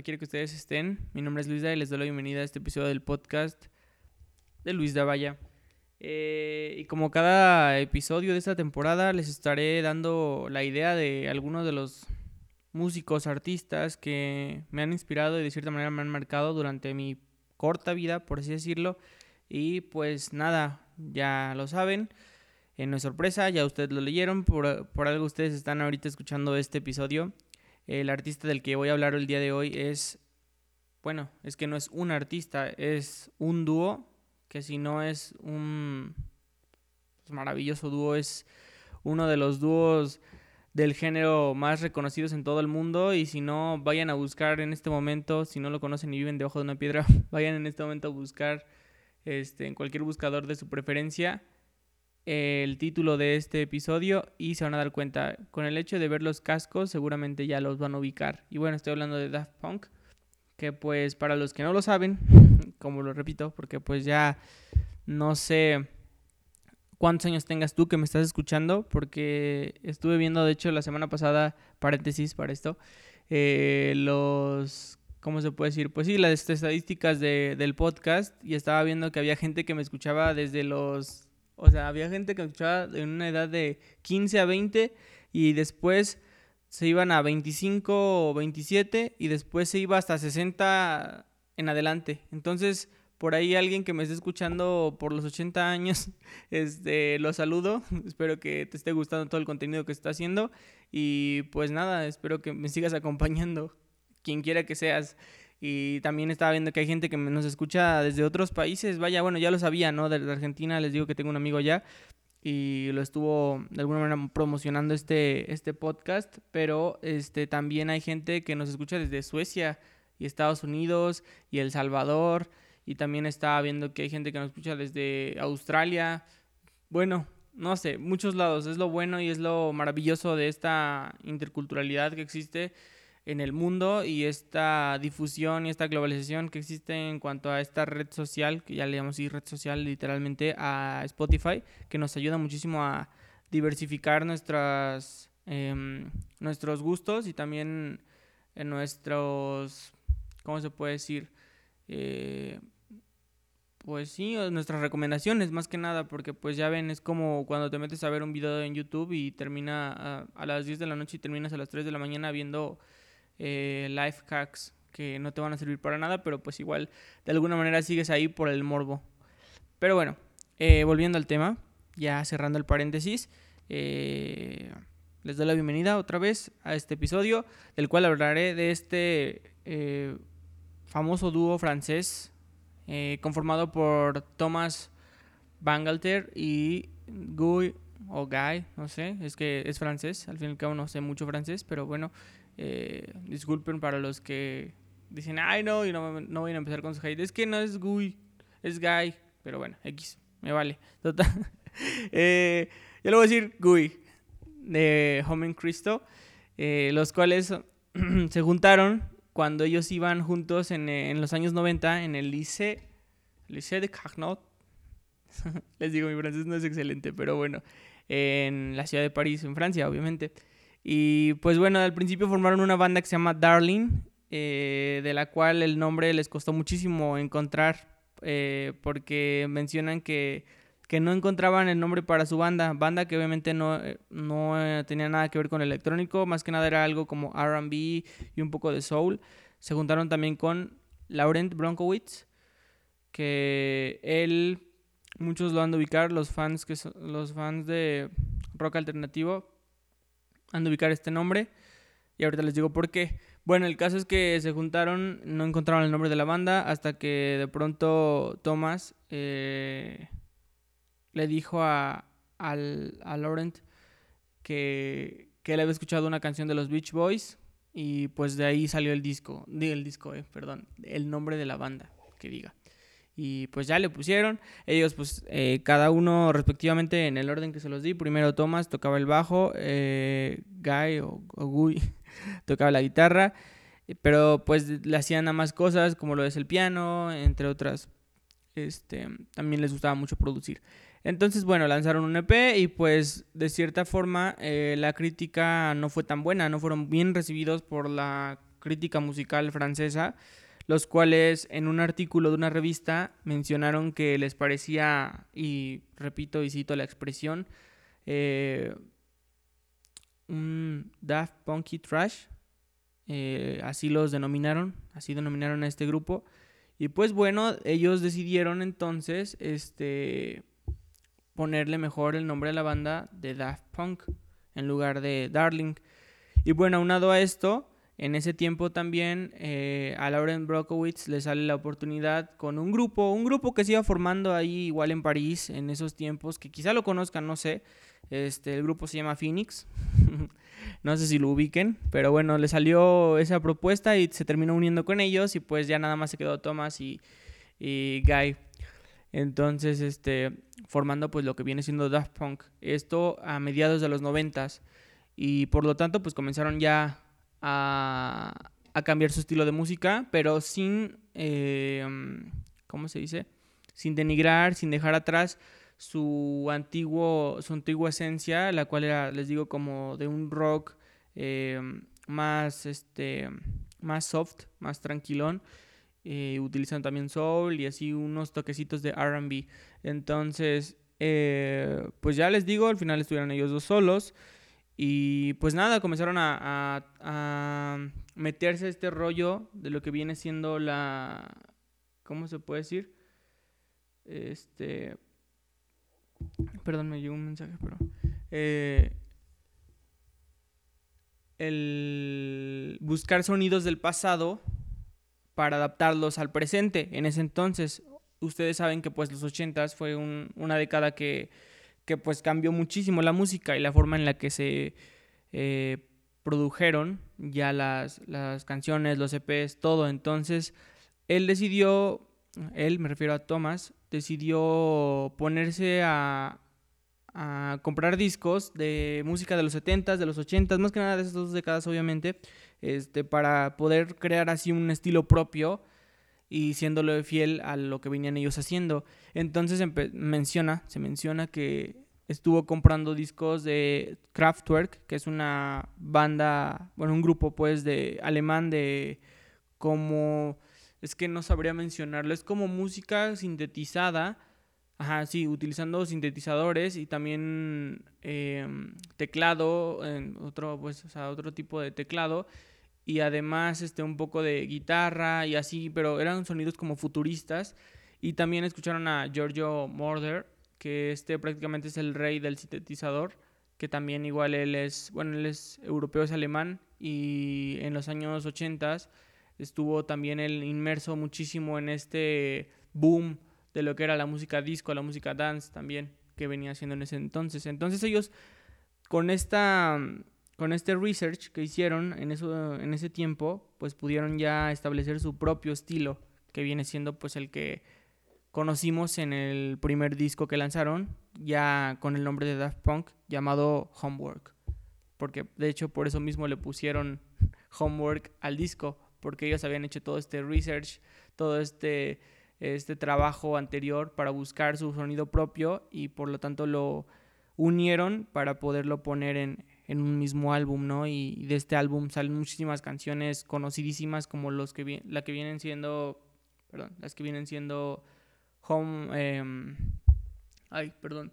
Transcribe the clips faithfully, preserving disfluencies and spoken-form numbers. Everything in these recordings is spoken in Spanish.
quiera que ustedes estén. Mi nombre es Luisda y les doy la bienvenida a este episodio del podcast de Luisda Vaya. Eh, y como cada episodio de esta temporada, les estaré dando la idea de algunos de los músicos, artistas que me han inspirado y de cierta manera me han marcado durante mi corta vida, por así decirlo. Y pues nada, ya lo saben. Eh, no es sorpresa, ya ustedes lo leyeron, por, por algo ustedes están ahorita escuchando este episodio. El artista del que voy a hablar el día de hoy es, bueno, es que no es un artista, es un dúo, que si no es un pues, maravilloso dúo, es uno de los dúos del género más reconocidos en todo el mundo. Y si no, vayan a buscar en este momento, si no lo conocen y viven debajo de una piedra, vayan en este momento a buscar este, en cualquier buscador de su preferencia el título de este episodio y se van a dar cuenta. Con el hecho de ver los cascos seguramente ya los van a ubicar. Y bueno, estoy hablando de Daft Punk, que pues para los que no lo saben, como lo repito, porque pues ya no sé cuántos años tengas tú que me estás escuchando, porque estuve viendo de hecho la semana pasada, paréntesis para esto, eh, los... ¿Cómo se puede decir? Pues sí, las estadísticas de, del podcast, y estaba viendo que había gente que me escuchaba desde los... O sea, había gente que me escuchaba en una edad de quince a veinte y después se iban a veinticinco o veintisiete y después se iba hasta sesenta en adelante. Entonces, por ahí alguien que me esté escuchando por los ochenta años, este, lo saludo. Espero que te esté gustando todo el contenido que está haciendo y pues nada, espero que me sigas acompañando, quien quiera que seas. Y también estaba viendo que hay gente que nos escucha desde otros países. Vaya, bueno, ya lo sabía, ¿no? De Argentina, les digo que tengo un amigo allá y lo estuvo de alguna manera promocionando este, este podcast. Pero este, también hay gente que nos escucha desde Suecia y Estados Unidos y El Salvador. Y también estaba viendo que hay gente que nos escucha desde Australia. Bueno, no sé, muchos lados. Es lo bueno y es lo maravilloso de esta interculturalidad que existe en el mundo y esta difusión y esta globalización que existe en cuanto a esta red social, que ya le llamamos así red social literalmente, a Spotify, que nos ayuda muchísimo a diversificar nuestras eh, nuestros gustos y también en nuestros, ¿cómo se puede decir? Eh, pues sí, nuestras recomendaciones más que nada, porque pues ya ven, es como cuando te metes a ver un video en YouTube y termina a, a las diez de la noche y terminas a las tres de la mañana viendo Eh, life hacks que no te van a servir para nada, pero pues igual de alguna manera sigues ahí por el morbo. Pero bueno, eh, volviendo al tema, ya cerrando el paréntesis, eh, les doy la bienvenida otra vez a este episodio, del cual hablaré de este eh, famoso dúo francés eh, conformado por Thomas Bangalter y Guy o Guy, no sé, es que es francés, al fin y al cabo no sé mucho francés, pero bueno, eh, disculpen para los que dicen, ay no, y no, no voy a empezar con su hate, es que no es Guy, es Guy, pero bueno, X, me vale, total. eh, yo le voy a decir Guy, de Homem Cristo, eh, los cuales se juntaron cuando ellos iban juntos en, en los años noventa en el Lycée, Lycée de Carnot. Les digo, mi francés no es excelente, pero bueno, en la ciudad de París, en Francia, obviamente. Y pues bueno, al principio formaron una banda que se llama Darling, eh, de la cual el nombre les costó muchísimo encontrar, eh, porque mencionan que, que no encontraban el nombre para su banda, banda que obviamente no, no tenía nada que ver con electrónico, más que nada era algo como R and B y un poco de soul. Se juntaron también con Laurent Bronkowitz, que él... Muchos lo han de ubicar, los fans que son, los fans de rock alternativo han de ubicar este nombre. Y ahorita les digo por qué. Bueno, el caso es que se juntaron, no encontraron el nombre de la banda, hasta que de pronto Thomas eh, le dijo a, al, a Laurent que, que él había escuchado una canción de los Beach Boys. Y pues de ahí salió el disco, el disco, eh, perdón, el nombre de la banda, que diga. Y pues ya le pusieron, ellos pues eh, cada uno respectivamente en el orden que se los di. Primero Thomas tocaba el bajo, eh, Guy o, o Guy tocaba la guitarra, pero pues le hacían a más cosas como lo es el piano, entre otras. Este, también les gustaba mucho producir. Entonces bueno, lanzaron un E P y pues de cierta forma eh, la crítica no fue tan buena, no fueron bien recibidos por la crítica musical francesa, los cuales en un artículo de una revista mencionaron que les parecía, y repito y cito la expresión, eh, un Daft Punky Trash, eh, así los denominaron, así denominaron a este grupo. Y pues bueno, ellos decidieron entonces este, ponerle mejor el nombre a la banda de Daft Punk en lugar de Darling. Y bueno, aunado a esto, en ese tiempo también eh, a Lauren Brockovich le sale la oportunidad con un grupo, un grupo que se iba formando ahí igual en París en esos tiempos, que quizá lo conozcan, no sé. Este, el grupo se llama Phoenix. No sé si lo ubiquen, pero bueno, le salió esa propuesta y se terminó uniendo con ellos y pues ya nada más se quedó Thomas y, y Guy. Entonces, este, formando pues lo que viene siendo Daft Punk. Esto a mediados de los noventas. Y por lo tanto, pues comenzaron ya a, a cambiar su estilo de música, pero sin, eh, ¿cómo se dice? Sin denigrar, sin dejar atrás su antiguo, su antigua esencia, la cual era, les digo, como de un rock eh, más, este, más soft, más tranquilón. Eh, utilizan también soul y así unos toquecitos de R and B. Entonces, eh, pues ya les digo, al final estuvieron ellos dos solos. Y pues nada, comenzaron a, a, a meterse a este rollo de lo que viene siendo la... ¿Cómo se puede decir? Este... Perdón, me llegó un mensaje, pero... Eh, el buscar sonidos del pasado para adaptarlos al presente. En ese entonces, ustedes saben que pues los ochentas fue un, una década que, que pues cambió muchísimo la música y la forma en la que se eh, produjeron ya las, las canciones, los E Pes, todo. Entonces, él decidió, él, me refiero a Thomas, decidió ponerse a, a comprar discos de música de los setentas, de los ochentas, más que nada de esas dos décadas, obviamente, este, para poder crear así un estilo propio y siéndole fiel a lo que venían ellos haciendo. Entonces empe- menciona, se menciona que estuvo comprando discos de Kraftwerk, que es una banda, bueno, un grupo pues de alemán de como, es que no sabría mencionarlo, es como música sintetizada, ajá, sí, utilizando sintetizadores y también eh, teclado, en otro, pues, o sea, otro tipo de teclado y además este, un poco de guitarra y así, pero eran sonidos como futuristas. Y también escucharon a Giorgio Moroder, que este prácticamente es el rey del sintetizador, que también igual él es, bueno, él es europeo, es alemán, y en los años ochenta estuvo también él inmerso muchísimo en este boom de lo que era la música disco, la música dance también, que venía haciendo en ese entonces. Entonces ellos con esta con este research que hicieron en eso en ese tiempo, pues pudieron ya establecer su propio estilo, que viene siendo pues el que conocimos en el primer disco que lanzaron, ya con el nombre de Daft Punk, llamado Homework, porque de hecho por eso mismo le pusieron Homework al disco, porque ellos habían hecho todo este research, todo este este trabajo anterior para buscar su sonido propio y por lo tanto lo unieron para poderlo poner en, en un mismo álbum, ¿no? Y, y de este álbum salen muchísimas canciones conocidísimas como los que vi- la que vienen siendo, perdón, las que vienen siendo Home, eh, ay, perdón,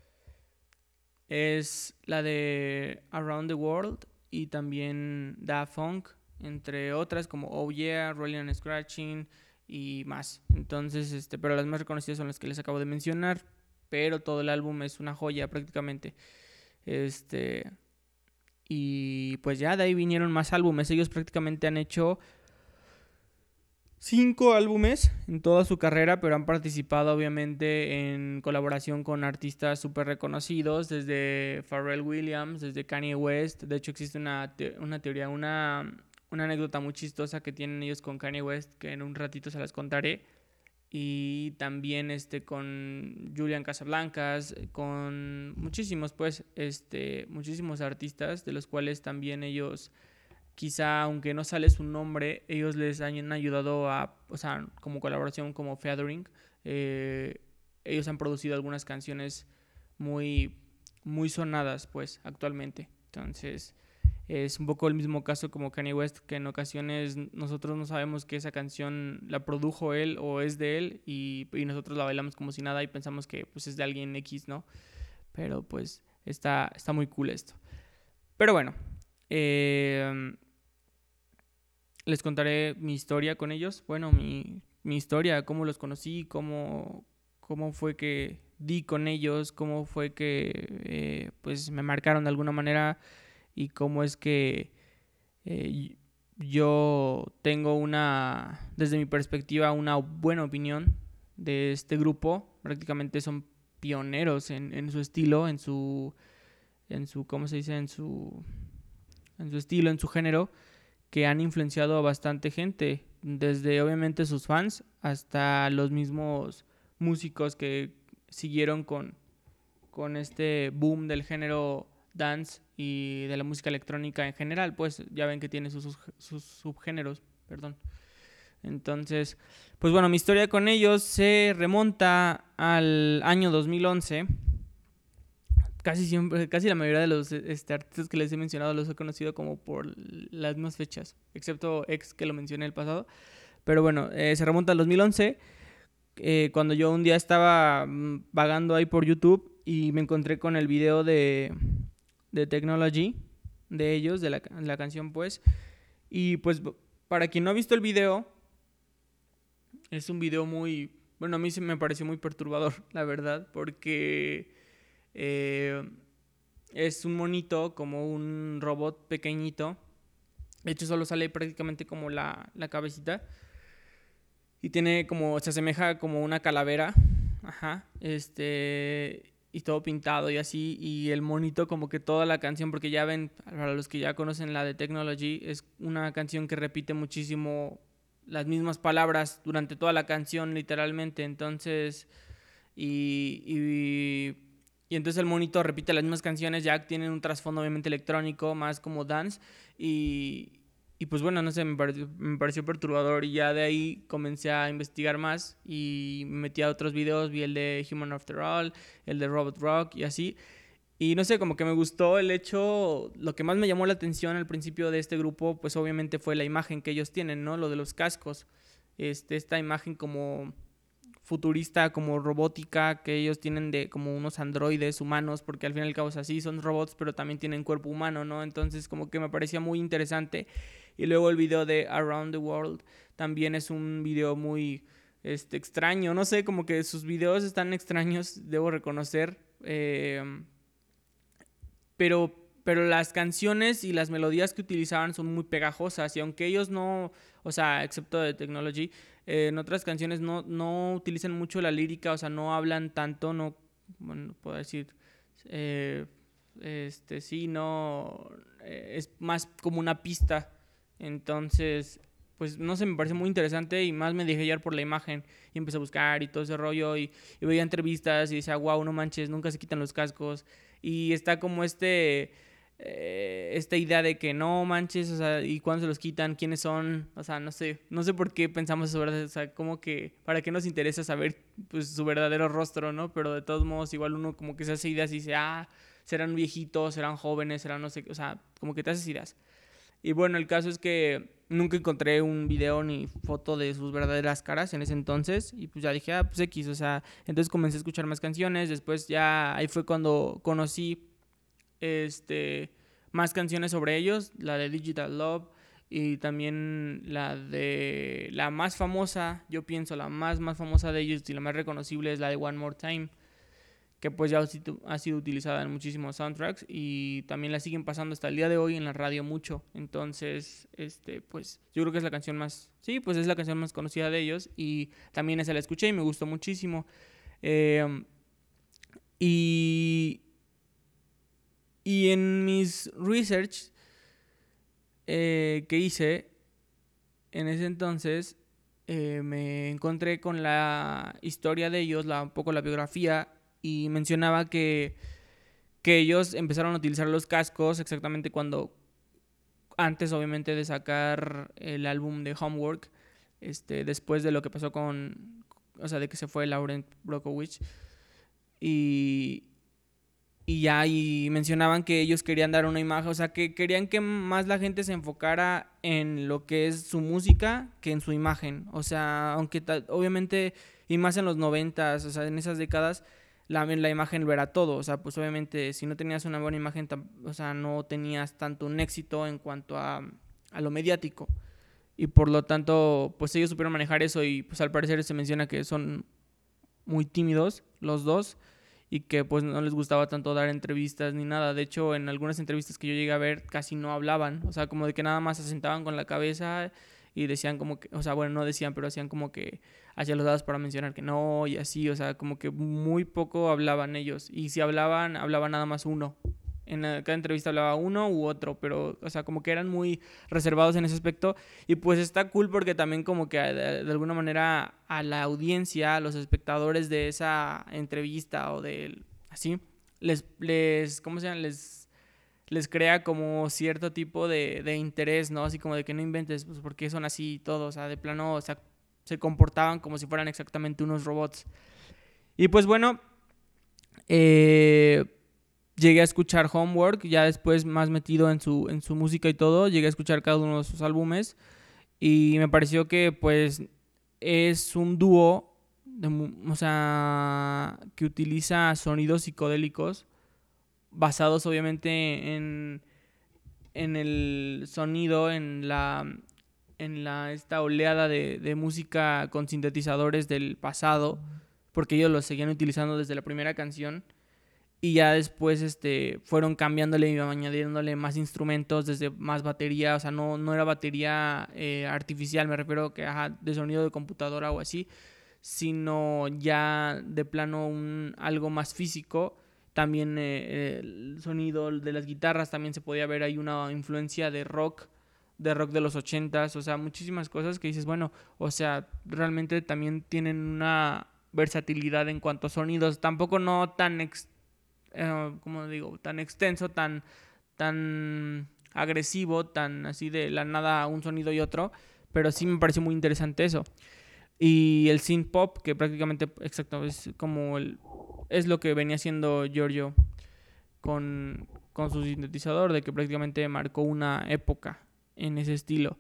es la de Around the World y también Da Funk, entre otras como Oh Yeah, Rolling and Scratching y más. Entonces, este, pero las más reconocidas son las que les acabo de mencionar, pero todo el álbum es una joya prácticamente. Este, y pues ya de ahí vinieron más álbumes. Ellos prácticamente han hecho cinco álbumes en toda su carrera, pero han participado obviamente en colaboración con artistas súper reconocidos, desde Pharrell Williams, desde Kanye West. De hecho existe una, te- una teoría, una, una anécdota muy chistosa que tienen ellos con Kanye West, que en un ratito se las contaré. Y también este con Julian Casablancas, con muchísimos pues este muchísimos artistas de los cuales también ellos quizá aunque no sale su nombre, ellos les han ayudado a, o sea, como colaboración como Feathering, eh, ellos han producido algunas canciones muy muy sonadas pues actualmente. Entonces, Es un poco el mismo caso como Kanye West, que en ocasiones nosotros no sabemos que esa canción la produjo él o es de él y, y nosotros la bailamos como si nada y pensamos que pues es de alguien X, ¿no? Pero pues está, está muy cool esto. Pero bueno, eh, les contaré mi historia con ellos. Bueno, mi, mi historia, cómo los conocí, cómo, cómo fue que di con ellos, cómo fue que eh, pues me marcaron de alguna manera y cómo es que eh, yo tengo una, desde mi perspectiva, una buena opinión de este grupo. Prácticamente son pioneros en, en su estilo, en su, en su, ¿cómo se dice? En su, en su estilo, en su género, que han influenciado a bastante gente, desde obviamente sus fans hasta los mismos músicos que siguieron con, con este boom del género dance y de la música electrónica en general, pues ya ven que tiene sus, sus, sus subgéneros, perdón. Entonces, pues bueno, mi historia con ellos se remonta al año dos mil once. Casi siempre, casi la mayoría de los este, artistas que les he mencionado los he conocido como por las mismas fechas, excepto X que lo mencioné en el pasado. Pero bueno, eh, se remonta al dos mil once, eh, cuando yo un día estaba mm, vagando ahí por YouTube y me encontré con el video de, de Technology, de ellos, de la, la canción pues. Y pues para quien no ha visto el video, es un video muy, bueno, a mí se me pareció muy perturbador, la verdad, porque eh, es un monito, como un robot pequeñito. De hecho, solo sale prácticamente como la, la cabecita. Y tiene como, se asemeja como una calavera. Ajá. Este. Y todo pintado y así. Y el monito, como que toda la canción, porque ya ven, para los que ya conocen la de Technology, es una canción que repite muchísimo las mismas palabras durante toda la canción, literalmente. Entonces. Y. y y entonces el monito repite las mismas canciones, ya tienen un trasfondo obviamente electrónico, más como dance. Y, y pues bueno, no sé, me pareció, me pareció perturbador y ya de ahí comencé a investigar más y me metí a otros videos, vi el de Human After All, el de Robot Rock y así. Y no sé, como que me gustó el hecho, lo que más me llamó la atención al principio de este grupo, pues obviamente fue la imagen que ellos tienen, ¿no? Lo de los cascos, este, esta imagen como futurista, como robótica, que ellos tienen de como unos androides humanos, porque al fin y al cabo es así, son robots, pero también tienen cuerpo humano, ¿no? Entonces como que me parecía muy interesante. Y luego el video de Around the World también es un video muy este, extraño, no sé, como que sus videos están extraños, debo reconocer, eh, pero, pero las canciones y las melodías que utilizaban son muy pegajosas y aunque ellos no, o sea, excepto de Technology, eh, en otras canciones no, no utilizan mucho la lírica, o sea, no hablan tanto, no, bueno, puedo decir, eh, este, sí, no, eh, es más como una pista, entonces, pues no sé, me parece muy interesante y más me dejé llevar por la imagen y empecé a buscar y todo ese rollo y, y veía entrevistas y decía, wow, no manches, nunca se quitan los cascos y está como este eh, esta idea de que no manches, o sea, y cuándo se los quitan, quiénes son, o sea, no sé, no sé por qué pensamos eso, ¿verdad? O sea, como que para qué nos interesa saber pues su verdadero rostro, ¿no? Pero de todos modos igual uno como que se hace ideas y dice, ah, serán viejitos, serán jóvenes, serán no sé, o sea, como que te haces ideas. Y bueno, el caso es que nunca encontré un video ni foto de sus verdaderas caras en ese entonces. Y pues ya dije, ah, pues X, o sea, entonces comencé a escuchar más canciones. Después ya ahí fue cuando conocí este, más canciones sobre ellos, la de Digital Love y también la de la más famosa, yo pienso la más más famosa de ellos y la más reconocible es la de One More Time, que pues ya ha sido utilizada en muchísimos soundtracks y también la siguen pasando hasta el día de hoy en la radio mucho. Entonces, este, pues yo creo que es la canción más, sí, pues es la canción más conocida de ellos y también esa la escuché y me gustó muchísimo. Eh, y, y en mis research eh, que hice en ese entonces, eh, me encontré con la historia de ellos, la, un poco la biografía, y mencionaba que que ellos empezaron a utilizar los cascos exactamente cuando, antes obviamente de sacar el álbum de Homework, este, después de lo que pasó con, o sea, de que se fue Laurent Brockovich, y, y ya y mencionaban que ellos querían dar una imagen, o sea, que querían que más la gente se enfocara en lo que es su música que en su imagen. O sea, aunque ta- obviamente, y más en los noventas, o sea, en esas décadas, la, la imagen lo era todo. O sea, pues obviamente si no tenías una buena imagen, tam- o sea, no tenías tanto un éxito en cuanto a, a lo mediático. Y por lo tanto, pues ellos supieron manejar eso y pues al parecer se menciona que son muy tímidos los dos y que pues no les gustaba tanto dar entrevistas ni nada. De hecho, en algunas entrevistas que yo llegué a ver casi no hablaban, o sea, como de que nada más se sentaban con la cabeza y decían como que, o sea, bueno, no decían, pero hacían como que hacia los lados para mencionar que no y así, o sea, como que muy poco hablaban ellos y si hablaban, hablaba nada más uno. En cada entrevista hablaba uno u otro, pero, o sea, como que eran muy reservados en ese aspecto. Y pues está cool porque también como que de, de alguna manera a la audiencia, a los espectadores de esa entrevista o de así, les, les ¿cómo se llama? Les, les crea como cierto tipo de, de interés, ¿no? Así como de que no inventes, pues porque son así todos, o sea, de plano, o sea, se comportaban como si fueran exactamente unos robots. Y pues bueno, eh, llegué a escuchar Homework, ya después más metido en su, en su música y todo, llegué a escuchar cada uno de sus álbumes y me pareció que pues es un dúo, de, o sea, que utiliza sonidos psicodélicos basados obviamente en, en el sonido, en la, en la esta oleada de, de música con sintetizadores del pasado, porque ellos lo seguían utilizando desde la primera canción. Y ya después este, fueron cambiándole y añadiéndole más instrumentos, desde más batería, o sea, no, no era batería eh, artificial, me refiero que ajá, de sonido de computadora o así, sino ya de plano un, algo más físico. También eh, el sonido de las guitarras también se podía ver ahí una influencia de rock, de rock de los ochentas, o sea, muchísimas cosas que dices, bueno, o sea, realmente también tienen una versatilidad en cuanto a sonidos, tampoco no tan ex eh, como digo, tan extenso, tan, tan agresivo, tan así de la nada un sonido y otro, pero sí me pareció muy interesante eso. Y el synth pop, que prácticamente, exacto, es como el, es lo que venía haciendo Giorgio con, con su sintetizador, de que prácticamente marcó una época en ese estilo.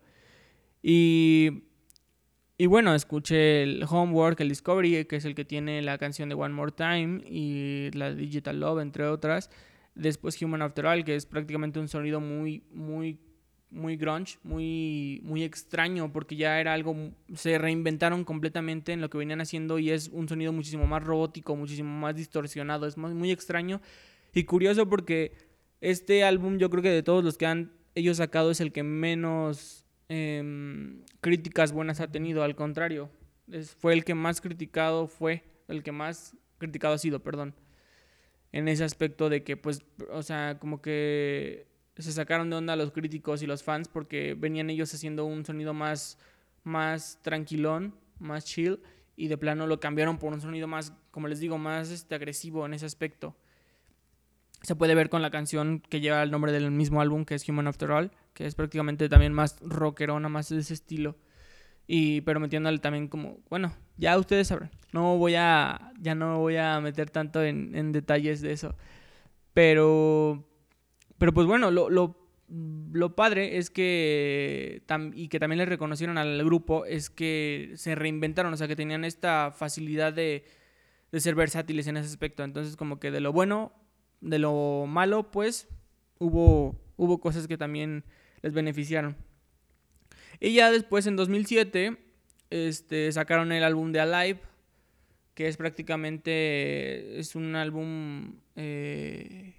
Y, y bueno, escuché el Homework, el Discovery, que es el que tiene la canción de One More Time y la Digital Love, entre otras. Después Human After All, que es prácticamente un sonido muy, muy, muy grunge, muy, muy extraño, porque ya era algo, se reinventaron completamente en lo que venían haciendo y es un sonido muchísimo más robótico, muchísimo más distorsionado, es muy, muy extraño y curioso porque este álbum yo creo que de todos los que han ellos sacado es el que menos eh, críticas buenas ha tenido, al contrario, es, fue el que más criticado fue, el que más criticado ha sido, perdón, en ese aspecto de que pues, o sea, como que se sacaron de onda los críticos y los fans porque venían ellos haciendo un sonido más, más tranquilón, más chill, y de plano lo cambiaron por un sonido más, como les digo, más este, agresivo en ese aspecto. Se puede ver con la canción que lleva el nombre del mismo álbum, que es Human After All, que es prácticamente también más rockerona, más de ese estilo. Y pero metiéndole también como, bueno, ya ustedes sabrán. No voy a, ya no voy a meter tanto en, en detalles de eso. Pero, pero pues bueno, lo, lo, lo padre es que, tam, y que también le reconocieron al grupo, es que se reinventaron, o sea, que tenían esta facilidad de, de ser versátiles en ese aspecto. Entonces, como que de lo bueno, de lo malo, pues hubo, hubo cosas que también les beneficiaron. Y ya después, en dos mil siete, este, sacaron el álbum de Alive, que es prácticamente, es un álbum eh,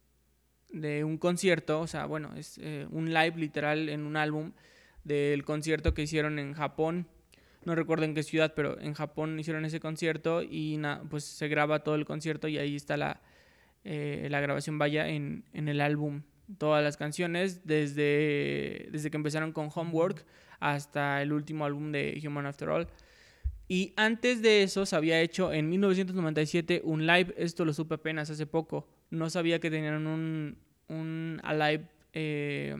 de un concierto, o sea, bueno, es eh, un live literal en un álbum del concierto que hicieron en Japón. No recuerdo en qué ciudad, pero en Japón hicieron ese concierto y na, pues se graba todo el concierto y ahí está la, eh, la grabación vaya en, en el álbum. Todas las canciones desde, desde que empezaron con Homework hasta el último álbum de Human After All. Y antes de eso se había hecho en mil novecientos noventa y siete un live, esto lo supe apenas hace poco. No sabía que tenían un, un Alive eh,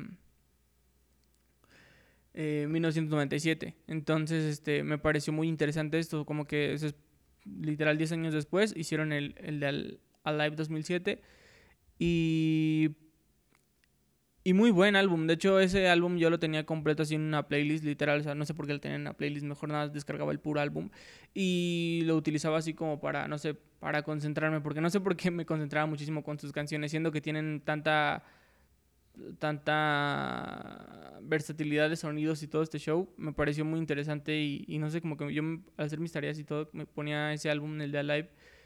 eh, mil novecientos noventa y siete. Entonces este, me pareció muy interesante esto, como que es literal diez años después hicieron el, el de Alive dos mil siete. Y, y muy buen álbum. De hecho, ese álbum yo lo tenía completo así en una playlist, literal. O sea, no sé por qué lo tenía en una playlist. Mejor nada, descargaba el puro álbum. Y lo utilizaba así como para, no sé, para concentrarme. Porque no sé por qué me concentraba muchísimo con sus canciones, siendo que tienen tanta tanta versatilidad de sonidos y todo este show. Me pareció muy interesante y, y no sé, como que yo al hacer mis tareas y todo me ponía ese álbum, el de Alive,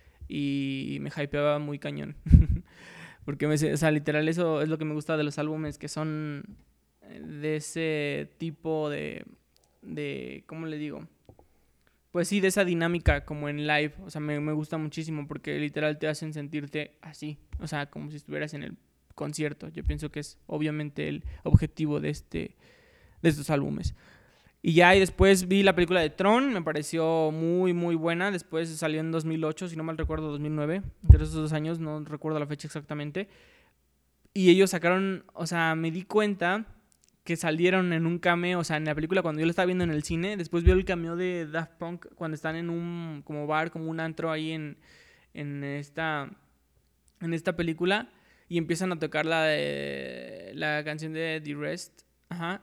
y me hypeaba muy cañón. Porque, me, o sea, literal eso es lo que me gusta de los álbumes, que son de ese tipo de, de ¿cómo le digo? Pues sí, de esa dinámica como en live. O sea, me, me gusta muchísimo porque literal te hacen sentirte así. O sea, como si estuvieras en el concierto. Yo pienso que es obviamente el objetivo de, este, de estos álbumes. Y ya, y después vi la película de Tron. Me pareció muy, muy buena. Después salió en dos mil ocho, si no mal recuerdo, dos mil nueve. Entre esos dos años, no recuerdo la fecha exactamente. Y ellos sacaron, o sea, me di cuenta que salieron en un cameo, o sea, en la película cuando yo la estaba viendo en el cine. Después vio el cameo de Daft Punk cuando están en un como bar, como un antro ahí en, en esta en esta película y empiezan a tocar la de la canción de The Rest, ajá,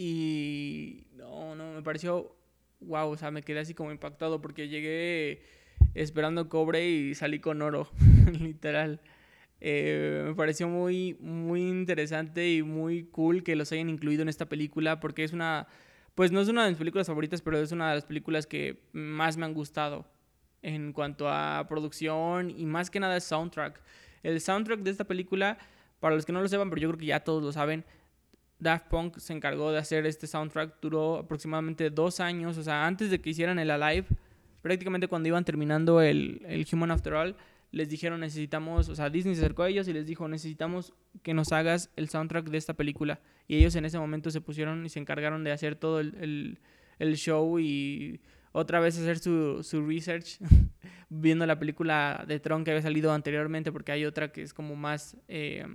y no, no, me pareció wow, o sea, me quedé así como impactado porque llegué esperando cobre y salí con oro, literal. Eh, me pareció muy, muy interesante y muy cool que los hayan incluido en esta película porque es una, pues no es una de mis películas favoritas, pero es una de las películas que más me han gustado en cuanto a producción y más que nada soundtrack. El soundtrack de esta película, para los que no lo sepan, pero yo creo que ya todos lo saben, Daft Punk se encargó de hacer este soundtrack, duró aproximadamente dos años, o sea, antes de que hicieran el Alive, prácticamente cuando iban terminando el, el Human After All, les dijeron necesitamos, o sea, Disney se acercó a ellos y les dijo necesitamos que nos hagas el soundtrack de esta película. Y ellos en ese momento se pusieron y se encargaron de hacer todo el, el, el show y otra vez hacer su, su research, viendo la película de Tron que había salido anteriormente, porque hay otra que es como más, eh,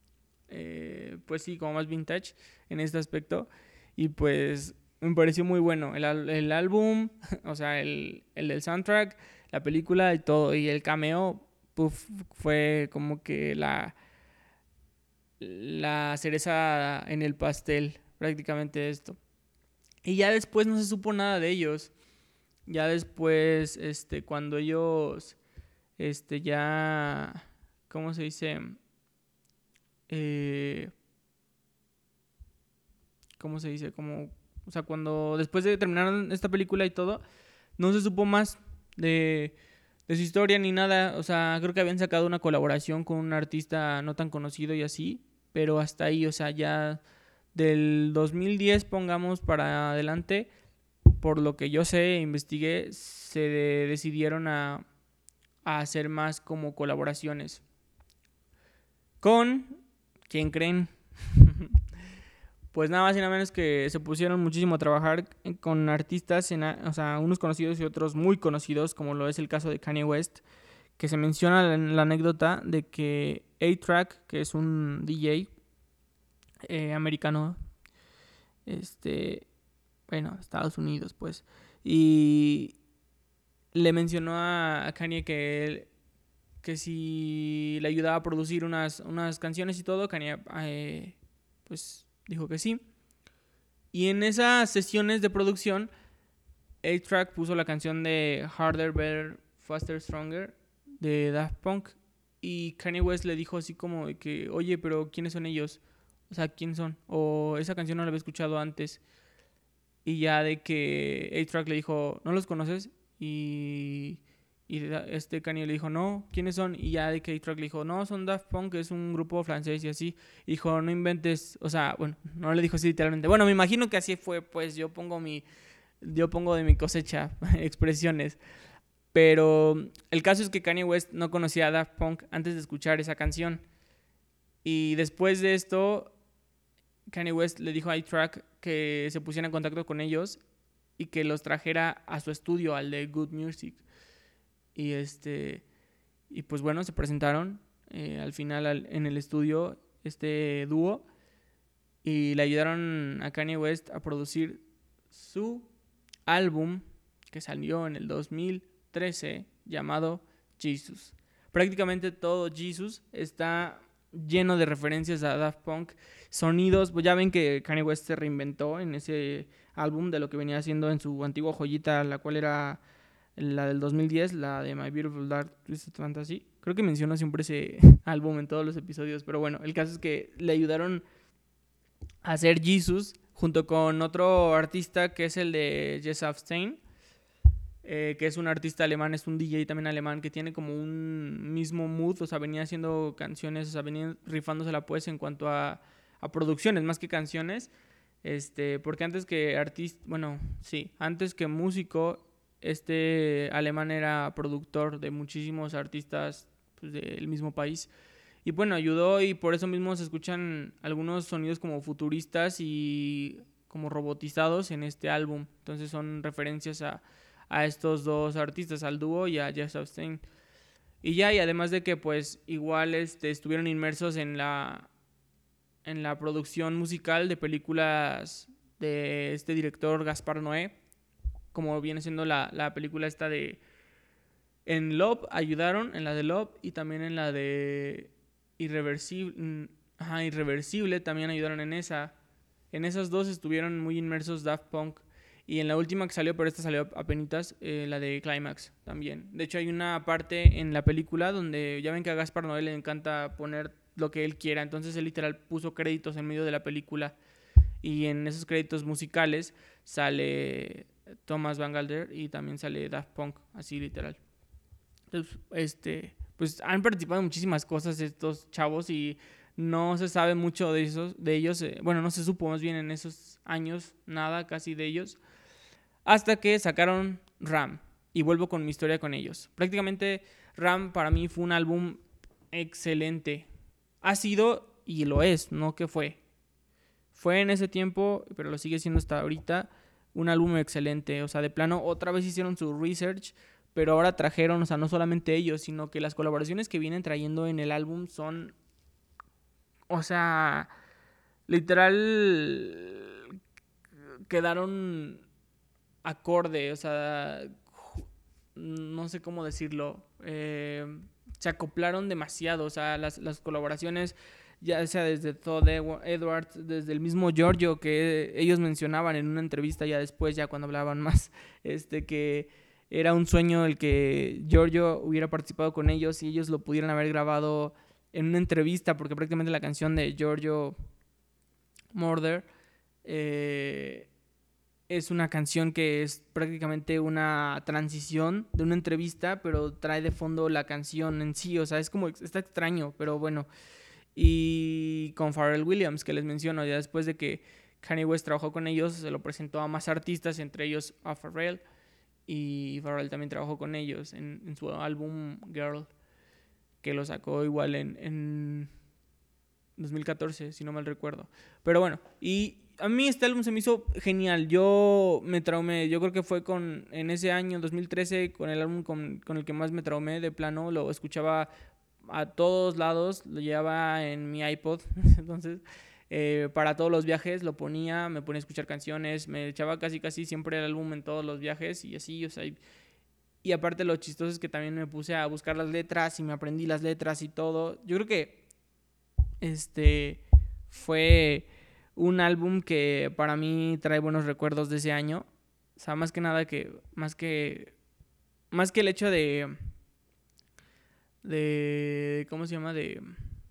eh, pues sí, como más vintage en este aspecto. Y pues me pareció muy bueno el, el álbum, o sea, el, el del soundtrack, la película y todo. Y el cameo, puff, fue como que la, la cereza en el pastel, prácticamente esto. Y ya después no se supo nada de ellos. Ya después, este, cuando ellos, este, ya, ¿cómo se dice? Eh, ¿Cómo se dice? Como, o sea, cuando después de terminar esta película y todo, no se supo más de, de su historia ni nada. O sea, creo que habían sacado una colaboración con un artista no tan conocido y así, pero hasta ahí, o sea, ya del dos mil diez, pongamos para adelante, por lo que yo sé e investigué, se de, decidieron a, a hacer más como colaboraciones. ¿Con quién creen? Pues nada más y nada menos que se pusieron muchísimo a trabajar con artistas, en, o sea, unos conocidos y otros muy conocidos, como lo es el caso de Kanye West, que se menciona en la anécdota de que A-Track, que es un D J eh, americano, este, bueno, Estados Unidos, pues, y le mencionó a, a Kanye que él, que si le ayudaba a producir unas, unas canciones y todo, Kanye eh, pues dijo que sí. Y en esas sesiones de producción, A-Track puso la canción de Harder, Better, Faster, Stronger de Daft Punk. Y Kanye West le dijo así como de que, oye, pero ¿quiénes son ellos? O sea, ¿quién son? O esa canción no la había escuchado antes. Y ya de que A-Track le dijo, ¿no los conoces? Y, y este Kanye le dijo, no, ¿quiénes son? Y ya de que A-Track le dijo, no, son Daft Punk, es un grupo francés y así. Y dijo, no inventes, o sea, bueno, no le dijo así literalmente. Bueno, me imagino que así fue, pues yo pongo mi, yo pongo de mi cosecha expresiones. Pero el caso es que Kanye West no conocía a Daft Punk antes de escuchar esa canción. Y después de esto, Kanye West le dijo a A-Track que se pusiera en contacto con ellos y que los trajera a su estudio, al de Good Music. Y este y pues bueno, se presentaron eh, al final al, en el estudio este dúo y le ayudaron a Kanye West a producir su álbum que salió en el dos mil trece llamado Jesus. Prácticamente todo Jesus está lleno de referencias a Daft Punk, sonidos, pues ya ven que Kanye West se reinventó en ese álbum de lo que venía haciendo en su antigua joyita, la cual era la del dos mil diez, la de My Beautiful Dark Twisted Fantasy. Creo que menciono siempre ese álbum en todos los episodios, pero bueno, el caso es que le ayudaron a hacer Jesus junto con otro artista que es el de Jess Stein, eh, que es un artista alemán, es un D J también alemán que tiene como un mismo mood, o sea, venía haciendo canciones, o sea, venía rifándosela pues en cuanto a, a producciones más que canciones, este, porque antes que artista, bueno, sí, antes que músico, este alemán era productor de muchísimos artistas pues, del mismo país. Y bueno, ayudó y por eso mismo se escuchan algunos sonidos como futuristas y como robotizados en este álbum. Entonces son referencias a, a estos dos artistas, al dúo y a Jess Stein. Y ya, y además de que pues igual este, estuvieron inmersos en la, en la producción musical de películas de este director Gaspar Noé, como viene siendo la, la película esta de... En Love ayudaron, en la de Love y también en la de Irreversible, ajá, Irreversible también ayudaron en esa. En esas dos estuvieron muy inmersos Daft Punk. Y en la última que salió, pero esta salió apenitas, eh, la de Climax también. De hecho hay una parte en la película donde ya ven que a Gaspar Noé le encanta poner lo que él quiera. Entonces él literal puso créditos en medio de la película. Y en esos créditos musicales sale Thomas Van Galder y también sale Daft Punk, así literal. Entonces, este, pues han participado en muchísimas cosas estos chavos y no se sabe mucho de esos, de ellos, eh, bueno, no se supo más bien en esos años nada casi de ellos, hasta que sacaron Ram y vuelvo con mi historia con ellos. Prácticamente Ram para mí fue un álbum excelente, ha sido y lo es, no que fue, fue en ese tiempo, pero lo sigue siendo hasta ahorita, un álbum excelente, o sea, de plano otra vez hicieron su research. Pero ahora trajeron, o sea, no solamente ellos, sino que las colaboraciones que vienen trayendo en el álbum son, o sea, literal quedaron acorde, o sea, no sé cómo decirlo, eh, se acoplaron demasiado, o sea, las, las colaboraciones, ya sea desde Todd Edwards, desde el mismo Giorgio que ellos mencionaban en una entrevista ya después, ya cuando hablaban más, este que era un sueño el que Giorgio hubiera participado con ellos y ellos lo pudieran haber grabado en una entrevista, porque prácticamente la canción de Giorgio Murder eh, es una canción que es prácticamente una transición de una entrevista, pero trae de fondo la canción en sí, o sea, es como, está extraño, pero bueno. Y con Pharrell Williams, que les menciono, ya después de que Kanye West trabajó con ellos, se lo presentó a más artistas, entre ellos a Pharrell, y Pharrell también trabajó con ellos en, en su álbum Girl, que lo sacó igual en, en dos mil catorce, si no mal recuerdo. Pero bueno, y a mí este álbum se me hizo genial. Yo me traumé, yo creo que fue con en ese año, dos mil trece, con el álbum con, con el que más me traumé de plano. Lo escuchaba a todos lados, lo llevaba en mi iPod, entonces... Eh, para todos los viajes lo ponía, me ponía a escuchar canciones, me echaba casi casi siempre el álbum en todos los viajes y así, o sea, y, y aparte lo chistoso es que también me puse a buscar las letras y me aprendí las letras y todo. Yo creo que este fue un álbum que para mí trae buenos recuerdos de ese año, o sea, más que nada que más que más que el hecho de de ¿cómo se llama? de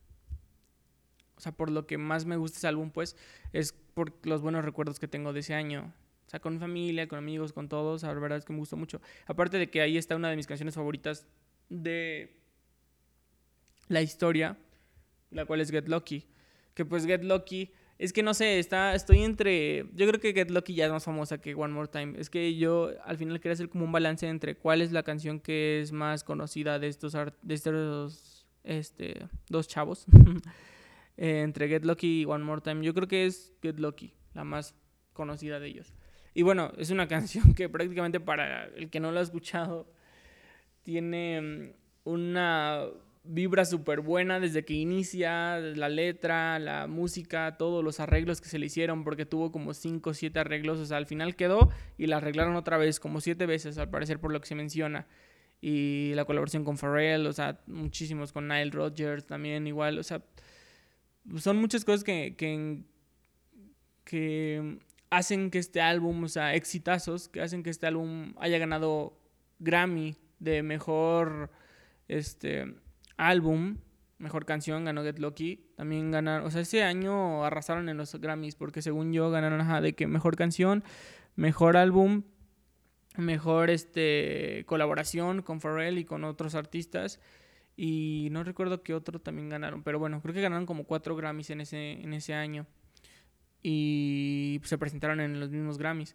O sea, por lo que más me gusta ese álbum, pues, es por los buenos recuerdos que tengo de ese año. O sea, con mi familia, con amigos, con todos. La verdad es que me gustó mucho. Aparte de que ahí está una de mis canciones favoritas de la historia, la cual es Get Lucky. Que pues Get Lucky, es que no sé, está, estoy entre... Yo creo que Get Lucky ya es más famosa que One More Time. Es que yo al final quería hacer como un balance entre cuál es la canción que es más conocida de estos, de estos este, dos chavos. Eh, entre Get Lucky y One More Time. Yo creo que es Get Lucky, la más conocida de ellos. Y bueno, es una canción que prácticamente para el que no lo ha escuchado tiene una vibra súper buena desde que inicia, la letra, la música, todos los arreglos que se le hicieron, porque tuvo como cinco o siete arreglos, o sea, al final quedó y la arreglaron otra vez, como siete veces al parecer por lo que se menciona. Y la colaboración con Pharrell, o sea, muchísimos, con Nile Rodgers también igual, o sea... son muchas cosas que, que, que hacen que este álbum, o sea, exitazos, que hacen que este álbum haya ganado Grammy de mejor este álbum, mejor canción, ganó Get Lucky. También ganaron, o sea, ese año arrasaron en los Grammys, porque según yo ganaron, ajá, de que mejor canción, mejor álbum, mejor este colaboración con Pharrell y con otros artistas. Y no recuerdo qué otro también ganaron, pero bueno, creo que ganaron como cuatro Grammys en ese, en ese año. Y se presentaron en los mismos Grammys.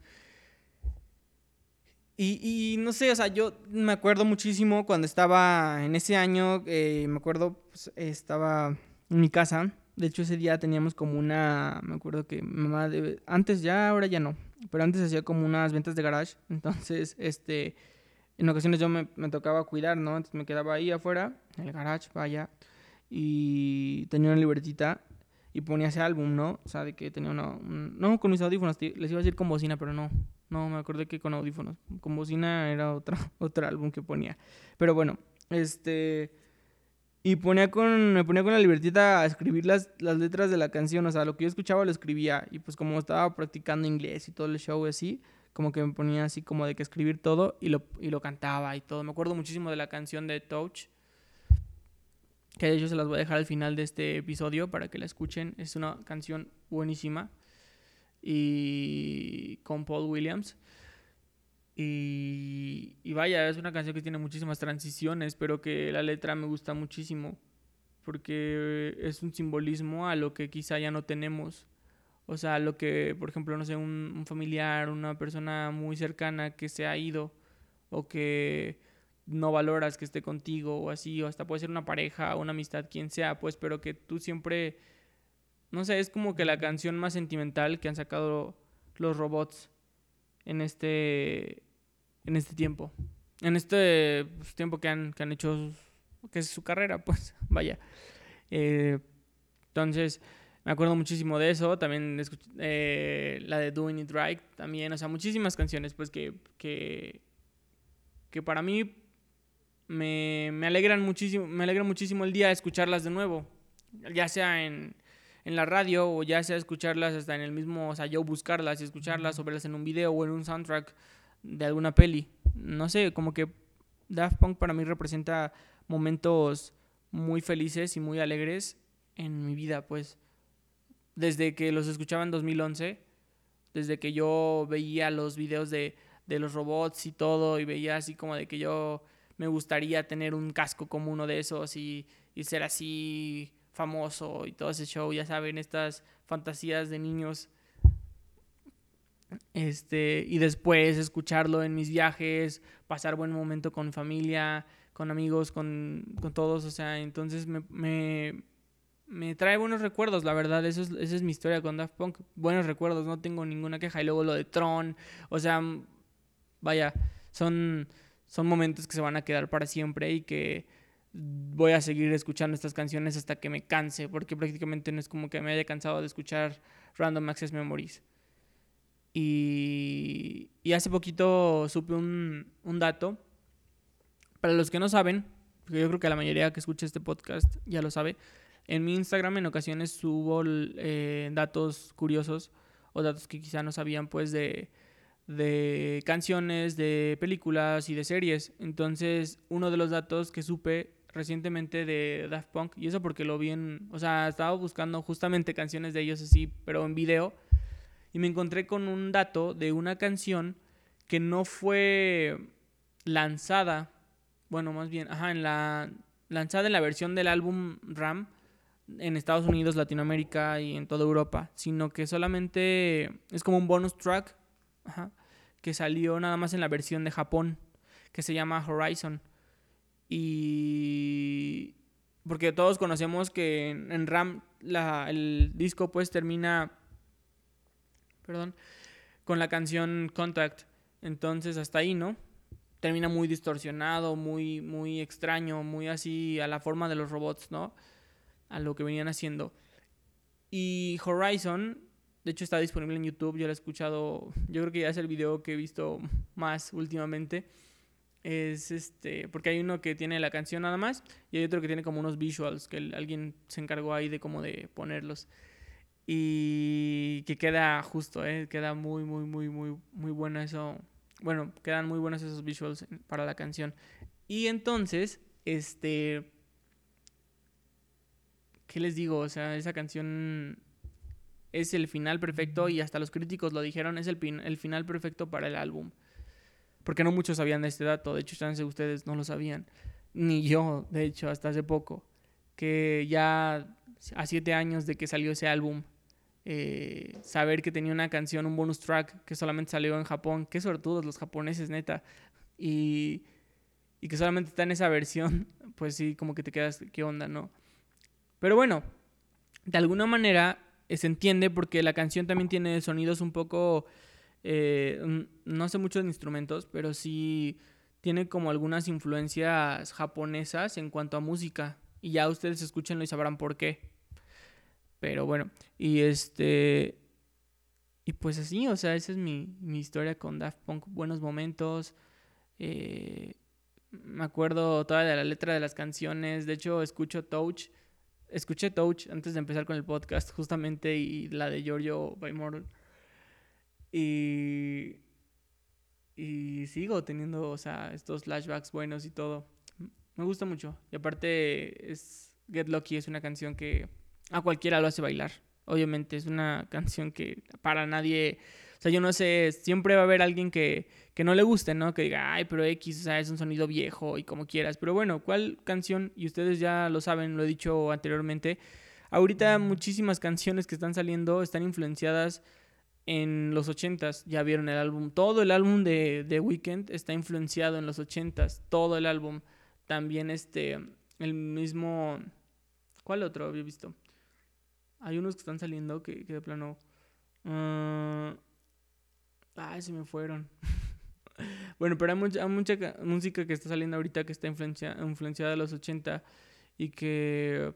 Y, y no sé, o sea, yo me acuerdo muchísimo cuando estaba en ese año, eh, me acuerdo, pues, estaba en mi casa. De hecho, ese día teníamos como una, me acuerdo que mi mamá, de, antes ya, ahora ya no, pero antes hacía como unas ventas de garage. Entonces, este, en ocasiones yo me, me tocaba cuidar, ¿no? Entonces me quedaba ahí afuera, en el garage, vaya, y tenía una libretita y ponía ese álbum, ¿no? O sea, de que tenía una, un, no con mis audífonos, les iba a decir con bocina, pero no. No, me acordé que con audífonos. Con bocina era otra, otro álbum que ponía. Pero bueno, este... Y ponía con, me ponía con la libertita a escribir las, las letras de la canción. O sea, lo que yo escuchaba lo escribía. Y pues como estaba practicando inglés y todo el show así, como que me ponía así como de que escribir todo y lo, y lo cantaba y todo. Me acuerdo muchísimo de la canción de Touch, que de hecho se las voy a dejar al final de este episodio para que la escuchen. Es una canción buenísima. Y con Paul Williams. Y, y vaya, es una canción que tiene muchísimas transiciones, pero que la letra me gusta muchísimo, porque es un simbolismo a lo que quizá ya no tenemos. O sea, lo que, por ejemplo, no sé, un, un familiar, una persona muy cercana que se ha ido, o que no valoras que esté contigo, o así, o hasta puede ser una pareja, una amistad, quien sea, pues, pero que tú siempre, no sé, es como que la canción más sentimental que han sacado los robots en este en este tiempo. En este pues, tiempo que han, que han hecho, que es su carrera, pues, vaya. Eh, entonces, me acuerdo muchísimo de eso. También escuché, eh, la de Doing It Right, también, o sea, muchísimas canciones, pues, que, que, que para mí me, me alegran muchísimo, me alegra muchísimo el día escucharlas de nuevo. Ya sea en, en la radio o ya sea escucharlas hasta en el mismo, o sea, yo buscarlas y escucharlas o verlas en un video o en un soundtrack de alguna peli. No sé, como que Daft Punk para mí representa momentos muy felices y muy alegres en mi vida, pues. Desde que los escuchaba en dos mil once, desde que yo veía los videos de, de los robots y todo, y veía así como de que yo me gustaría tener un casco como uno de esos y, y ser así famoso y todo ese show, ya saben, estas fantasías de niños. Este, y después escucharlo en mis viajes, pasar buen momento con familia, con amigos, con, con todos, o sea, entonces me, me, me trae buenos recuerdos, la verdad, eso es, esa es mi historia con Daft Punk, buenos recuerdos, no tengo ninguna queja, y luego lo de Tron, o sea, vaya, son, son momentos que se van a quedar para siempre y que voy a seguir escuchando estas canciones hasta que me canse, porque prácticamente no es como que me haya cansado de escuchar Random Access Memories. Y, y hace poquito supe un, un dato. Para los que no saben, porque yo creo que la mayoría que escucha este podcast ya lo sabe, en mi Instagram en ocasiones subo eh, datos curiosos o datos que quizá no sabían, pues, de, de canciones, de películas y de series. Entonces, uno de los datos que supe recientemente de Daft Punk, y eso porque lo vi en, o sea, estaba buscando justamente canciones de ellos así, pero en video, y me encontré con un dato de una canción que no fue lanzada, bueno, más bien, ajá, en la lanzada en la versión del álbum RAM en Estados Unidos, Latinoamérica y en toda Europa, sino que solamente es como un bonus track, ajá, que salió nada más en la versión de Japón, que se llama Horizon. Y porque todos conocemos que en, en RAM la, el disco pues termina, perdón, con la canción Contact. Entonces hasta ahí, ¿no? Termina muy distorsionado, muy, muy extraño, muy así a la forma de los robots, ¿no? A lo que venían haciendo. Y Horizon, de hecho está disponible en YouTube, yo lo he escuchado, yo creo que ya es el video que he visto más últimamente. es este, porque hay uno que tiene la canción nada más y hay otro que tiene como unos visuals que el, alguien se encargó ahí de como de ponerlos y que queda justo, eh, queda muy muy muy muy muy bueno eso. Bueno, quedan muy buenos esos visuals para la canción. Y entonces, este, ¿qué les digo? O sea, esa canción es el final perfecto y hasta los críticos lo dijeron, es el, pin- el final perfecto para el álbum. Porque no muchos sabían de este dato, de hecho, chance ustedes no lo sabían. Ni yo, de hecho, hasta hace poco. Que ya a siete años de que salió ese álbum, eh, saber que tenía una canción, un bonus track que solamente salió en Japón, qué suertudos los japoneses, neta. Y, y que solamente está en esa versión, pues sí, como que te quedas, ¿qué onda, no? Pero bueno, de alguna manera eh, se entiende porque la canción también tiene sonidos un poco, eh, no sé mucho de instrumentos, pero sí tiene como algunas influencias japonesas en cuanto a música. Y ya ustedes escúchenlo y sabrán por qué. Pero bueno, y este... Y pues así, o sea, esa es mi, mi historia con Daft Punk. Buenos momentos. Eh, me acuerdo toda de la letra de las canciones. De hecho, escucho Touch. Escuché Touch antes de empezar con el podcast, justamente, y la de Giorgio Bymortal. Y, y sigo teniendo, o sea, estos flashbacks buenos y todo. Me gusta mucho. Y aparte, es Get Lucky es una canción que a cualquiera lo hace bailar. Obviamente, es una canción que para nadie. O sea, yo no sé, siempre va a haber alguien que, que no le guste, ¿no? Que diga, ay, pero X, o sea, es un sonido viejo y como quieras. Pero bueno, ¿cuál canción? Y ustedes ya lo saben, lo he dicho anteriormente. Ahorita muchísimas canciones que están saliendo están influenciadas en los ochentas. Ya vieron el álbum. Todo el álbum de The Weeknd está influenciado en los ochentas. Todo el álbum. También este, el mismo... ¿Cuál otro había visto? Hay unos que están saliendo que, que de plano... Uh, ay, se me fueron. Bueno, pero hay mucha, hay mucha música que está saliendo ahorita que está influencia, influenciada de los ochenta y que...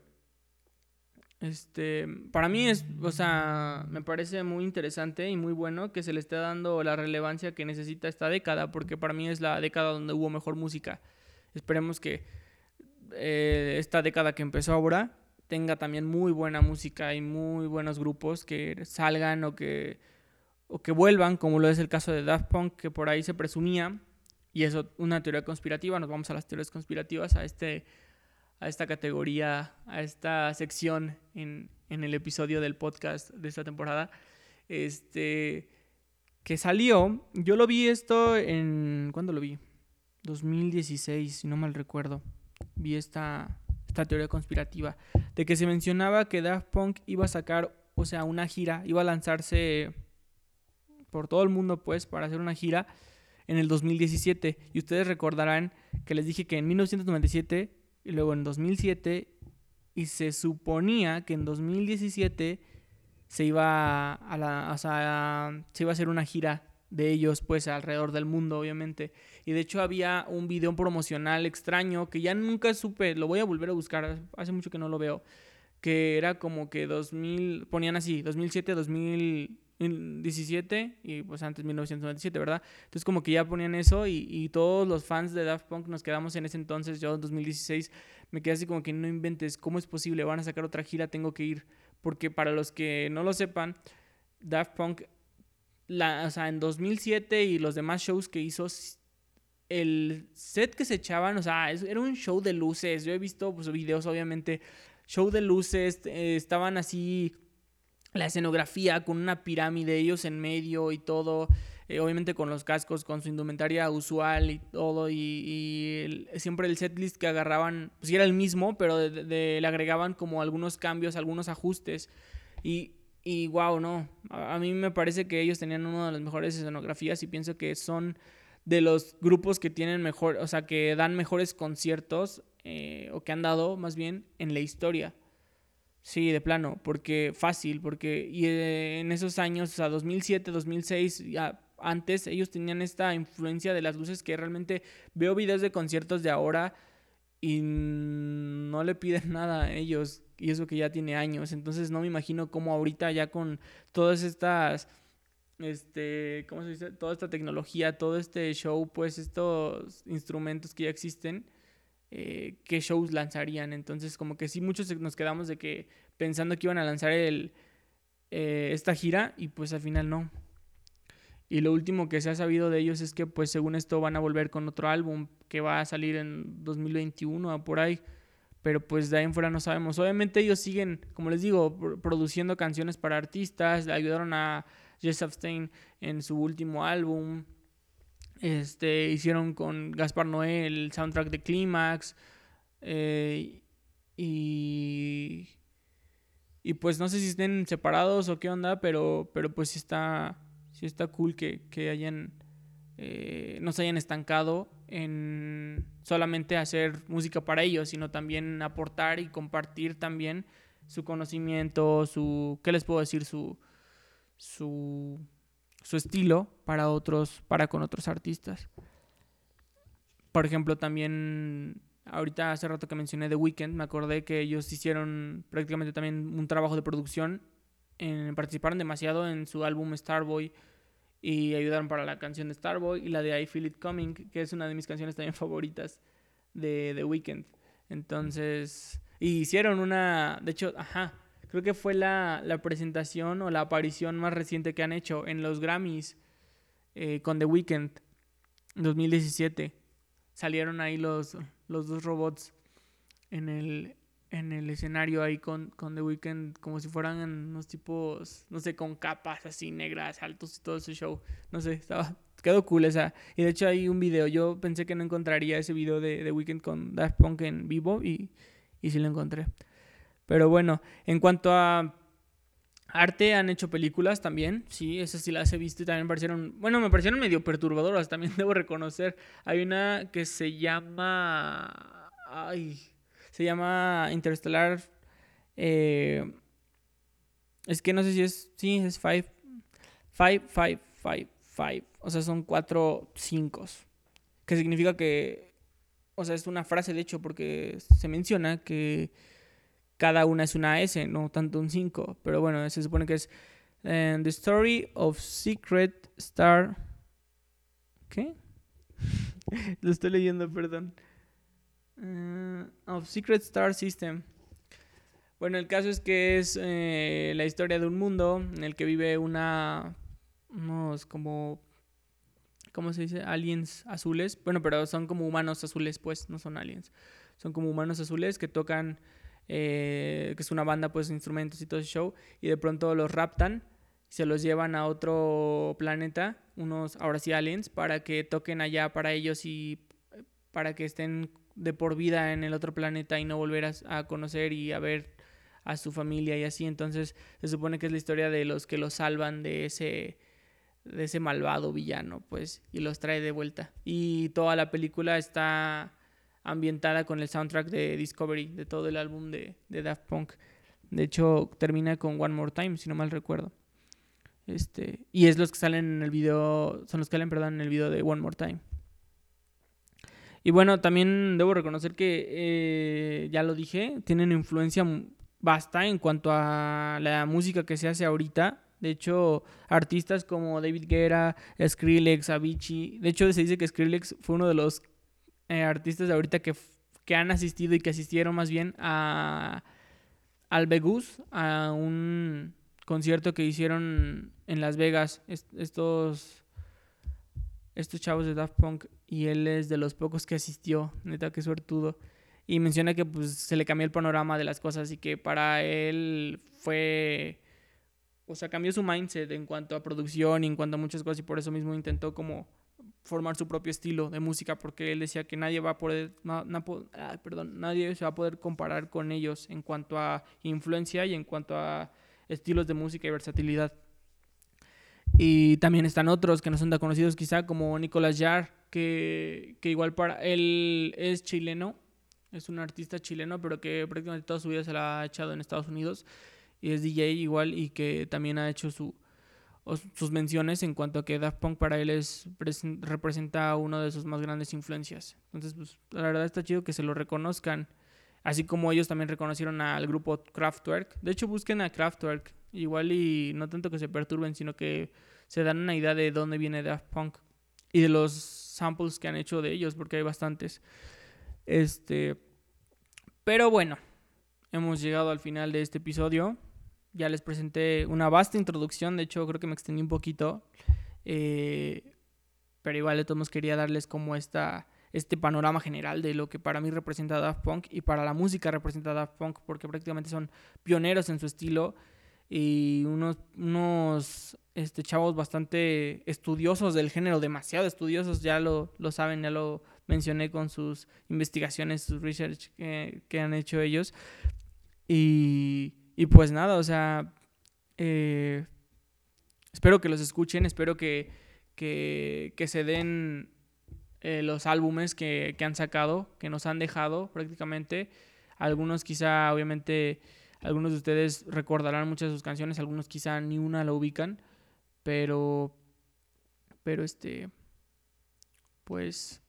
Este, para mí es, o sea, me parece muy interesante y muy bueno que se le esté dando la relevancia que necesita esta década, porque para mí es la década donde hubo mejor música. Esperemos que eh, esta década que empezó ahora tenga también muy buena música y muy buenos grupos que salgan o que, o que vuelvan, como lo es el caso de Daft Punk, que por ahí se presumía, y eso, una teoría conspirativa, nos vamos a las teorías conspirativas, a este a esta categoría, a esta sección en, en el episodio del podcast de esta temporada. Este, que salió, yo lo vi esto en, ¿cuándo lo vi? dos mil dieciséis, si no mal recuerdo. Vi esta, esta teoría conspirativa de que se mencionaba que Daft Punk iba a sacar, o sea, una gira, iba a lanzarse por todo el mundo, pues, para hacer una gira en el dos mil diecisiete. Y ustedes recordarán que les dije que en mil novecientos noventa y siete y luego en dos mil siete, y se suponía que en dos mil diecisiete se iba a la, o sea, se iba a hacer una gira de ellos, pues, alrededor del mundo, obviamente. Y de hecho había un video promocional extraño que ya nunca supe, lo voy a volver a buscar, hace mucho que no lo veo, que era como que dos mil, ponían así, dos mil siete, dos mil diecisiete y pues antes mil novecientos noventa y siete, ¿verdad? Entonces como que ya ponían eso y, y todos los fans de Daft Punk nos quedamos en ese entonces, yo en dos mil dieciséis me quedé así como que no inventes, ¿cómo es posible? Van a sacar otra gira, tengo que ir. Porque para los que no lo sepan, Daft Punk, la, o sea, en dos mil siete y los demás shows que hizo, el set que se echaban, o sea, era un show de luces. Yo he visto pues, videos, obviamente, show de luces, eh, estaban así, la escenografía con una pirámide, ellos en medio y todo, eh, obviamente con los cascos, con su indumentaria usual y todo, y, y el, siempre el setlist que agarraban, pues era el mismo, pero de, de, le agregaban como algunos cambios, algunos ajustes, y, y wow, no, a, a mí me parece que ellos tenían una de las mejores escenografías y pienso que son de los grupos que tienen mejor, o sea, que dan mejores conciertos, eh, o que han dado más bien en la historia. Sí, de plano, porque fácil, porque y eh, en esos años, o sea, dos mil siete, dos mil seis, ya antes ellos tenían esta influencia de las luces que realmente veo videos de conciertos de ahora y no le piden nada a ellos, y eso que ya tiene años. Entonces no me imagino cómo ahorita ya con todas estas este, ¿cómo se dice? Toda esta tecnología, todo este show, pues estos instrumentos que ya existen, eh, ¿qué shows lanzarían? Entonces, como que sí, muchos nos quedamos de que pensando que iban a lanzar el, eh, esta gira y pues al final no. Y lo último que se ha sabido de ellos es que pues según esto van a volver con otro álbum que va a salir en dos mil veintiuno por ahí. Pero pues de ahí en fuera no sabemos. Obviamente ellos siguen, como les digo, produciendo canciones para artistas. Ayudaron a Jess Epstein en su último álbum. Este, hicieron con Gaspar Noé el soundtrack de Clímax. Eh, y... Y pues no sé si estén separados o qué onda, pero, pero pues sí está, sí está cool que, que hayan, eh, no se hayan estancado en solamente hacer música para ellos, sino también aportar y compartir también su conocimiento, su, ¿qué les puedo decir? Su, su, su estilo para otros, para con otros artistas. Por ejemplo, también ahorita hace rato que mencioné The Weeknd, me acordé que ellos hicieron prácticamente también un trabajo de producción, en, participaron demasiado en su álbum Starboy y ayudaron para la canción de Starboy y la de I Feel It Coming, que es una de mis canciones también favoritas de The Weeknd. Entonces, y hicieron una, de hecho, ajá, creo que fue la, la presentación o la aparición más reciente que han hecho en los Grammys eh, con The Weeknd en dos mil diecisiete. Salieron ahí los, los dos robots en el, en el escenario ahí con, con The Weeknd, como si fueran unos tipos, no sé, con capas así negras, altos y todo ese show. No sé, estaba, quedó cool esa. Y de hecho hay un video, yo pensé que no encontraría ese video de The Weeknd con Daft Punk en vivo y, y sí lo encontré. Pero bueno, en cuanto a arte, han hecho películas también, sí, esas sí las he visto y también me parecieron, bueno, me parecieron medio perturbadoras, también debo reconocer. Hay una que se llama, ay, se llama Interstellar, eh, es que no sé si es, sí, es five, five, five, five, five, o sea, son cuatro cinco, que significa que, o sea, es una frase de hecho porque se menciona que cada una es una S, no tanto un cinco, pero bueno, se supone que es And the Story of Secret Star. ¿Qué? Lo estoy leyendo, perdón. Uh, of Secret Star System. Bueno, el caso es que es eh, la historia de un mundo en el que vive una. Unos como. ¿Cómo se dice? Aliens azules. Bueno, pero son como humanos azules, pues, no son aliens. Son como humanos azules que tocan. Eh, que es una banda, pues, de instrumentos y todo ese show. Y de pronto los raptan. Se los llevan a otro planeta, unos, ahora sí, aliens, para que toquen allá para ellos y para que estén de por vida en el otro planeta y no volver a, a conocer y a ver a su familia y así. Entonces se supone que es la historia de los que los salvan de ese, de ese malvado villano, pues, y los trae de vuelta. Y toda la película está ambientada con el soundtrack de Discovery, de todo el álbum de, de Daft Punk. De hecho, termina con One More Time, si no mal recuerdo. Este, y es los que salen en el video, son los que salen, perdón, en el video de One More Time. Y bueno, también debo reconocer que, eh, ya lo dije, tienen influencia basta en cuanto a la música que se hace ahorita. De hecho, artistas como David Guetta, Skrillex, Avicii. De hecho, se dice que Skrillex fue uno de los eh, artistas de ahorita que, que han asistido y que asistieron más bien a, al Vegas, a un concierto que hicieron en Las Vegas estos, estos chavos de Daft Punk, y él es de los pocos que asistió, neta, que suertudo. Y menciona que pues se le cambió el panorama de las cosas y que para él fue, o sea, cambió su mindset en cuanto a producción y en cuanto a muchas cosas, y por eso mismo intentó como formar su propio estilo de música, porque él decía que nadie va a poder, no, no, ah, perdón, nadie se va a poder comparar con ellos en cuanto a influencia y en cuanto a estilos de música y versatilidad. Y también están otros que no son tan conocidos quizá, como Nicolas Jarre, que, que igual para él es chileno, es un artista chileno, pero que prácticamente toda su vida se la ha echado en Estados Unidos, y es D J igual, y que también ha hecho su, sus menciones en cuanto a que Daft Punk para él es, representa una de sus más grandes influencias. Entonces, pues, la verdad está chido que se lo reconozcan. Así como ellos también reconocieron al grupo Kraftwerk. De hecho, busquen a Kraftwerk. Igual y no tanto que se perturben, sino que se dan una idea de dónde viene Daft Punk y de los samples que han hecho de ellos, porque hay bastantes. Este, pero bueno, hemos llegado al final de este episodio. Ya les presenté una vasta introducción, de hecho creo que me extendí un poquito, eh, pero igual de todos quería darles como esta, este panorama general de lo que para mí representa Daft Punk y para la música representa Daft Punk, porque prácticamente son pioneros en su estilo y unos, unos este, chavos bastante estudiosos del género, demasiado estudiosos, ya lo, lo saben, ya lo mencioné con sus investigaciones, sus research que, que han hecho ellos. Y, y pues nada, o sea, eh, espero que los escuchen, espero que, que, que se den eh, los álbumes que, que han sacado, que nos han dejado prácticamente. Algunos quizá, obviamente, algunos de ustedes recordarán muchas de sus canciones, algunos quizá ni una la ubican, pero, pero este, pues,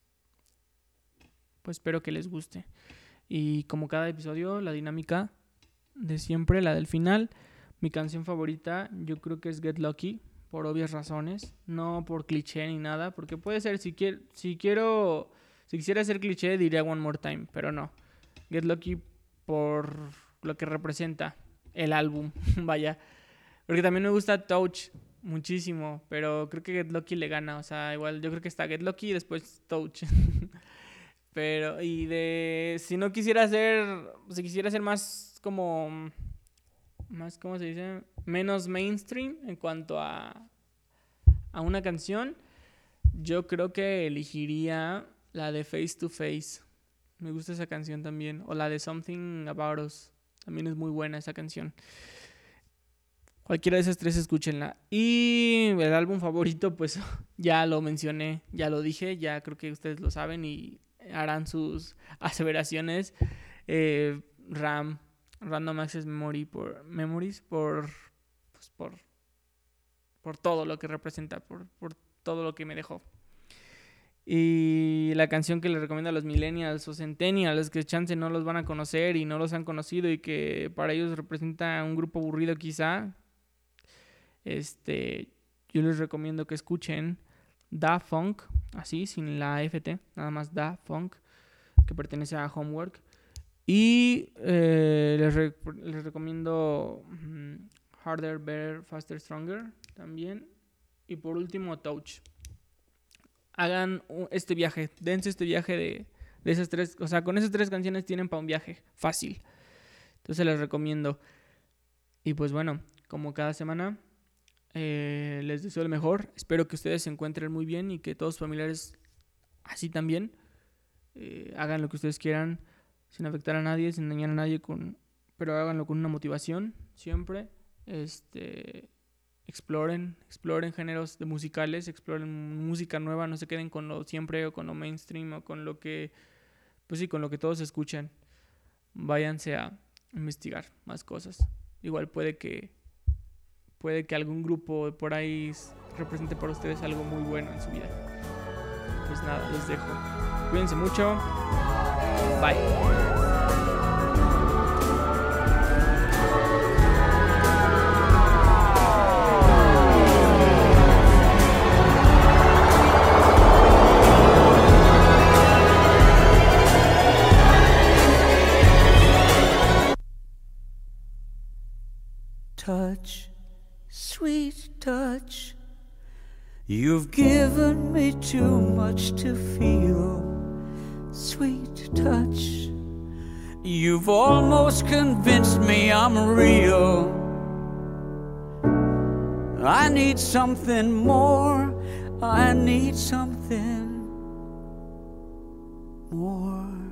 pues espero que les guste. Y como cada episodio, la dinámica de siempre, la del final. Mi canción favorita yo creo que es Get Lucky, por obvias razones, no por cliché ni nada, porque puede ser, si quiero, si quiero, si quisiera ser cliché diría One More Time, pero no. Get Lucky por lo que representa el álbum, vaya. Porque también me gusta Touch muchísimo, pero creo que Get Lucky le gana, o sea, igual yo creo que está Get Lucky y después Touch. Pero, y de, si no quisiera hacer, si quisiera ser más como, más, ¿cómo se dice? Menos mainstream en cuanto a, a una canción, yo creo que elegiría la de Face to Face. Me gusta esa canción también. O la de Something About Us. También es muy buena esa canción. Cualquiera de esas tres, escúchenla. Y el álbum favorito, pues ya lo mencioné, ya lo dije, ya creo que ustedes lo saben y harán sus aseveraciones. Eh, RAM, Random Access Memory por, Memories, por, pues por, por todo lo que representa, por, por todo lo que me dejó. Y la canción que les recomiendo a los millennials o centennials, que chance no los van a conocer y no los han conocido y que para ellos representa un grupo aburrido quizá, este, yo les recomiendo que escuchen Da Funk, así, sin la F T, nada más Da Funk, que pertenece a Homework. Y eh, les, re- les recomiendo um, Harder, Better, Faster, Stronger también. Y por último, Touch. Hagan este viaje, dense este viaje de, de esas tres, o sea, con esas tres canciones tienen para un viaje fácil. Entonces les recomiendo. Y pues bueno, como cada semana, eh, les deseo lo mejor. Espero que ustedes se encuentren muy bien y que todos sus familiares así también. Eh, hagan lo que ustedes quieran sin afectar a nadie, sin dañar a nadie, con, pero háganlo con una motivación siempre. Este... Exploren, exploren géneros de musicales, exploren música nueva, no se queden con lo siempre o con lo mainstream o con lo que, pues sí, con lo que todos escuchan. Váyanse a investigar más cosas. Igual puede que, puede que algún grupo por ahí represente para ustedes algo muy bueno en su vida. Pues nada, los dejo. Cuídense mucho. Bye. Touch, sweet touch, you've given me too much to feel. Sweet touch, you've almost convinced me I'm real. I need something more, I need something more.